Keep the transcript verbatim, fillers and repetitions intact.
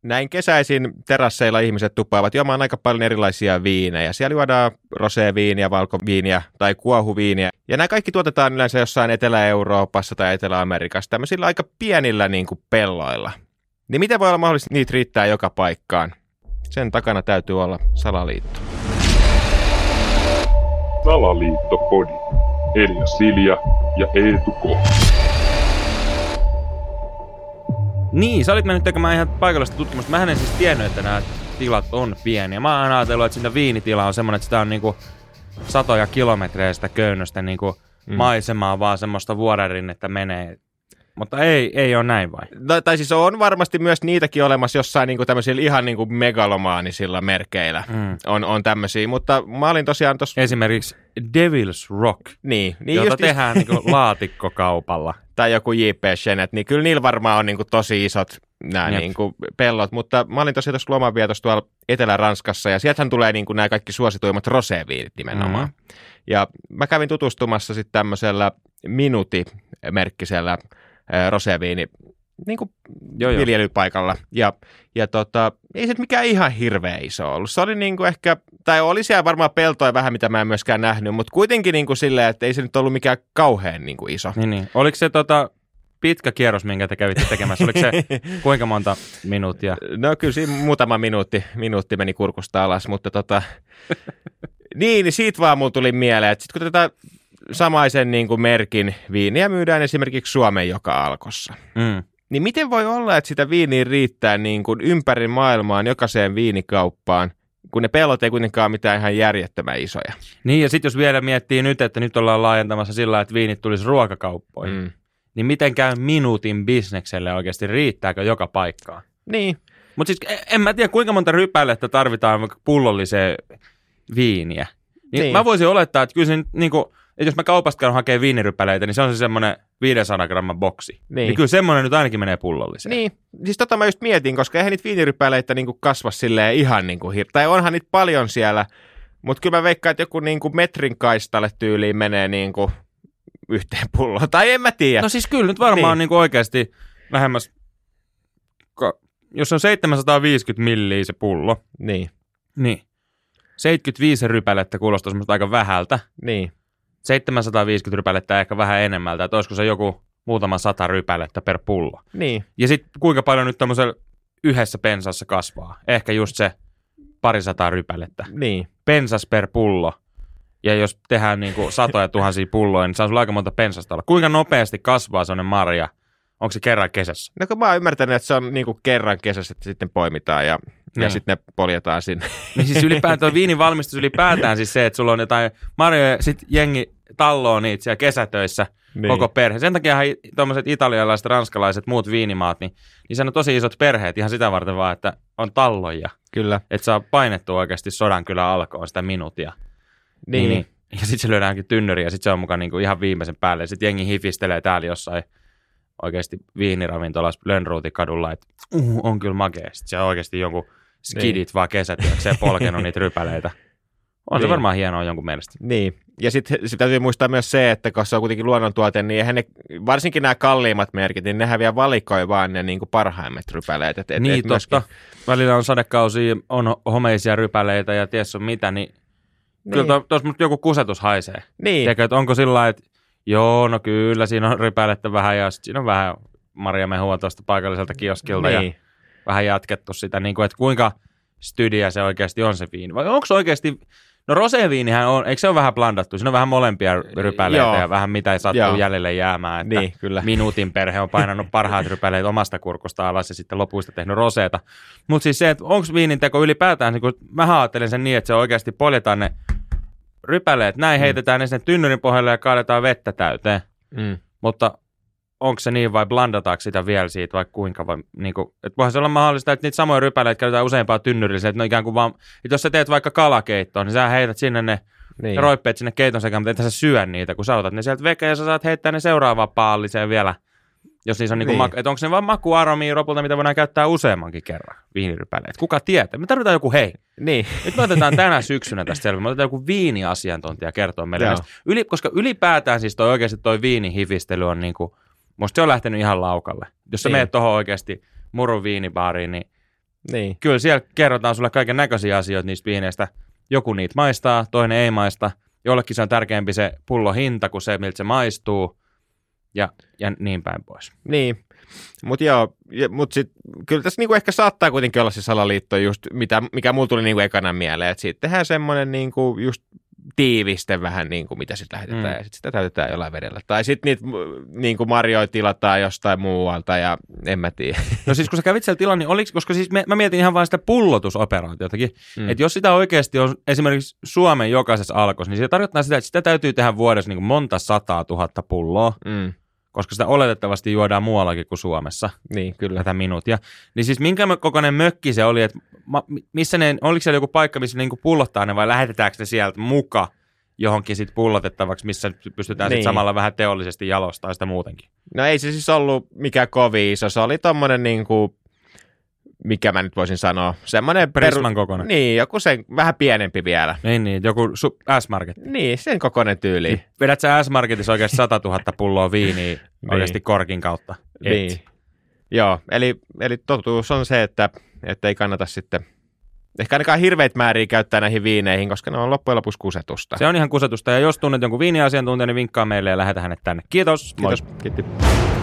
näin kesäisin terasseilla ihmiset tuppaavat juomaan aika paljon erilaisia viinejä. Siellä juodaan roséviiniä, valkoviiniä tai kuohuviiniä. Ja nämä kaikki tuotetaan yleensä jossain Etelä-Euroopassa tai Etelä-Amerikassa tämmöisillä aika pienillä niin kuin pelloilla. Niin miten voi olla mahdollista, niitä riittää joka paikkaan? Sen takana täytyy olla salaliitto. Salaliittopodi. Elia Silja ja Eetu K. Niin, sä olit mennyt tekemään ihan paikallista tutkimusta. Mähän en siis tiennyt, että nämä tilat on pieniä. Mä oon ajatellut, että siinä viinitila on semmoinen, että sitä on niinku satoja kilometrejä sitä köynnöstä niinku mm. maisemaa, vaan semmoista vuorarinnetta menee. Mutta ei, ei ole näin vai? No, tai siis on varmasti myös niitäkin olemassa jossain niinku tämmöisillä ihan niinku megalomaanisilla merkeillä. Mm. On, on tämmöisiä, mutta mä olin tosiaan tuossa... Esimerkiksi Devil's Rock, niin, niin jota just tehdään niinku laatikkokaupalla. Tai joku J P Chenet, niin kyllä niillä varmaan on niinku tosi isot nämä niinku pellot. Mutta mä olin tosiaan tuossa lomanvietossa tuolla Etelä-Ranskassa, ja sieltähän tulee niinku nämä kaikki suosituimmat roséviinit nimenomaan. Mm. Ja mä kävin tutustumassa sitten tämmöisellä Minuti-merkkisellä roséviini niin kuin viljelypaikalla. Ja, ja tota, ei se mikään ihan hirveä iso ollut. Se oli niin kuin ehkä, tai oli siellä varmaan peltoja vähän, mitä mä en myöskään nähnyt, mutta kuitenkin niin kuin silleen, että ei se nyt ollut mikään kauhean niin kuin iso. Niin, niin. Oliko se tota, pitkä kierros, minkä te kävitte tekemässä? Oliko se kuinka monta minuuttia? No kyllä siinä muutama minuutti, minuutti meni kurkusta alas, mutta tota, niin, niin siitä vaan mulla tuli mieleen, että sitten kun tätä samaisen niin kuin merkin viiniä myydään esimerkiksi Suomen joka alkossa. Mm. Niin miten voi olla, että sitä viiniä riittää niin kuin ympäri maailmaan jokaiseen viinikauppaan, kun ne pellot ei kuitenkaan ole mitään ihan järjettömän isoja? Niin, ja sitten jos vielä miettii nyt, että nyt ollaan laajentamassa sillä, että viinit tulisi ruokakauppoihin, mm. niin miten käy minuutin bisnekselle oikeasti, riittääkö joka paikkaan? Niin. Mutta siis en mä tiedä, kuinka monta rypälettä tarvitaan vaikka pullolliseen viiniä. Niin niin. Mä voisin olettaa, että kyllä se niin kuin, että jos mä kaupasta käyn hakemaan viinirypäleitä, niin se on se semmoinen viisisataa gramman boksi. Niin. niin kyllä semmoinen nyt ainakin menee pullolliseen. Niin, siis tota mä just mietin, koska eihän niitä viinirypäleitä niinku kasva silleen ihan niinku hir... Tai onhan niitä paljon siellä, mutta kyllä mä veikkaan, että joku niinku metrin kaistalle tyyliin menee niinku yhteen pulloon. Tai en mä tiedä. No siis kyllä nyt varmaan niin. niinku oikeasti lähemmäs, jos on seitsemänsataaviisikymmentä milliä se pullo. Niin. Niin. seitsemänkymmentäviisi rypälettä kuulostaa semmoista aika vähältä. Niin. seitsemänsataaviisikymmentä rypälettä ehkä vähän enemmältä, että olisiko se joku muutama sata rypälettä per pullo. Niin. Ja sitten kuinka paljon nyt tämmöisellä yhdessä pensassa kasvaa? Ehkä just se parisataa rypälettä. Niin. Pensas per pullo. Ja jos tehdään niinku satoja tuhansia pulloja, niin saa sulla aika monta pensasta olla. Kuinka nopeasti kasvaa sellainen marja? Onko se kerran kesässä? No kun mä oon ymmärtänyt, että se on niinku kerran kesässä, että sitten poimitaan ja, niin. ja sitten ne poljetaan sinne. Niin siis ylipäätään viinin valmistus ylipäätään siis se, että sulla on jotain marjoja, sitten jengi talloo niitä siellä kesätöissä niin. Koko perhe. Sen takia tuommoiset italialaiset, ranskalaiset, muut viinimaat, niin, niin se on tosi isot perheet ihan sitä varten vaan, että on talloja. Kyllä. Että saa painettua oikeasti sodan kyllä alkoon sitä minuutia. Niin. niin. Ja sitten se lyödäänkin tynnyriin ja sitten se on mukaan niinku ihan viimeisen päälle. Ja sitten jengi hifistelee täällä jossain oikeasti viiniravintolassa Lönnruutikadulla, että uh, on kyllä makea. Sitten se on oikeasti jonkun skidit niin. vaan kesätyökseen polkenut niitä rypäleitä. On niin. se varmaan hienoa jonkun mielestä. Niin, ja sitten sit täytyy muistaa myös se, että koska se on kuitenkin luonnontuote, niin eihän ne, varsinkin nämä kalliimmat merkit, niin nehän vielä valikoi vaan ne niin kuin parhaimmat rypäleet. Et, et, niin, et totta. Myöskin... Välillä on sadekausia, on homeisia rypäleitä ja ties on mitä, niin, niin. kyllä tuossa joku kusetus haisee. Niin. Tiedätkö, että onko sillä lailla, että joo, no kyllä, siinä on rypälettä vähän ja siinä on vähän marjamehua tuosta paikalliselta kioskilta niin. ja vähän jatkettu sitä, niin kuin, että kuinka stydiä se oikeasti on se viini. Vai onko se oikeasti, no roséviinihän on, eikö se ole vähän blandattu? Siinä on vähän molempia rypäleitä Joo. ja vähän mitä ei sattuu Joo. jäljelle jäämään. Että niin, kyllä. Minuutin perhe on painanut parhaat rypäleet omasta kurkusta alas ja sitten lopuista tehnyt roseeta. Mutta siis se, että onko viinin teko ylipäätään, niin kun mä ajattelen sen niin, että se oikeasti poljetaan ne rypäleet, näin mm. heitetään ne sinne tynnyrin pohjalle ja kaadetaan vettä täyteen. Mm. Mutta onko se niin vai blandataanko sitä vielä siitä vai kuinka? Vai, niin kuin, että voihan se olla mahdollista, että niitä samoja rypäleitä käytetään useampaa tynnyrillä. Että, no ikään kuin vaan, että jos sä teet vaikka kalakeittoon, niin sä heität sinne ne niin. roippeet sinne keiton sekaan, mutta et sä syö niitä, kun sä otat ne sieltä veke ja sä saat heittää ne seuraavaan paalliseen vielä. Jos niissä on niin. Niin maku, että onko ne vaan makuaromia lopulta, mitä voidaan käyttää useammankin kerran viinirypäleet. Kuka tietää? Me tarvitaan joku hei. Niin. Nyt me otetaan tänä syksynä tästä selvä. Me otetaan joku viiniasiantuntija kertoa meille. Yli, koska ylipäätään siis toi oikeasti toi viinihifistely on niinku, musta se on lähtenyt ihan laukalle. Jos sä niin. meet tuohon oikeasti murun viinibaariin, niin Niin. Kyllä siellä kerrotaan sulle kaiken näköisiä asioita niistä viineistä. Joku niitä maistaa, toinen ei maista. Jollekin se on tärkeämpi se pullon hinta kuin se, miltä se maistuu. Ja, ja niin päin pois. Niin, mutta joo, mutta sitten kyllä tässä niinku ehkä saattaa kuitenkin olla se salaliitto just, mitä, mikä mulla tuli niinku ekana mieleen, että siitä tehdään semmoinen niinku just tiiviste vähän niin kuin mitä sitten lähetetään mm. ja sitten sitä täytetään jollain vedellä. Tai sitten niitä niin kuin marjoja tilataan jostain muualta ja en mä tiedä. No siis kun sä kävit siellä tilalla, niin oliko, koska siis me, mä mietin ihan vain sitä pullotusoperaatiotakin, mm. että jos sitä oikeasti on esimerkiksi Suomen jokaisessa alkossa, niin se tarkoittaa sitä, että sitä täytyy tehdä vuodessa niin kuin monta sataa tuhatta pulloa, mm. koska sitä oletettavasti juodaan muuallakin kuin Suomessa. Niin, kyllä. Tätä minuuttia. Niin siis minkä kokoinen mökki se oli, että missä ne, oliko siellä joku paikka, missä ne niin kuin pullottaa ne vai lähetetäänkö ne sieltä muka johonkin sit pullotettavaksi, missä pystytään niin. Sit samalla vähän teollisesti jalostamaan sitä muutenkin? No ei se siis ollut mikään kovin iso, se oli tommonen niinku, mikä mä nyt voisin sanoa, semmoinen Prisman peru... kokoinen. Niin, joku sen vähän pienempi vielä. Niin, niin, joku su... S-Market. Niin, sen kokoinen tyyli. Niin, vedät sä S-Marketissa oikeasti sata tuhatta pulloa viiniä niin. oikeasti korkin kautta? Et. Niin. Joo, eli, eli totuus on se, että, että ei kannata sitten ehkä ainakaan hirveitä määriä käyttää näihin viineihin, koska ne on loppujen lopuksi kusetusta. Se on ihan kusetusta, ja jos tunnet jonkun viiniasiantuntijan, niin vinkkaa meille ja lähetä hänet tänne. Kiitos. Kiitos. Moi. Kiitos.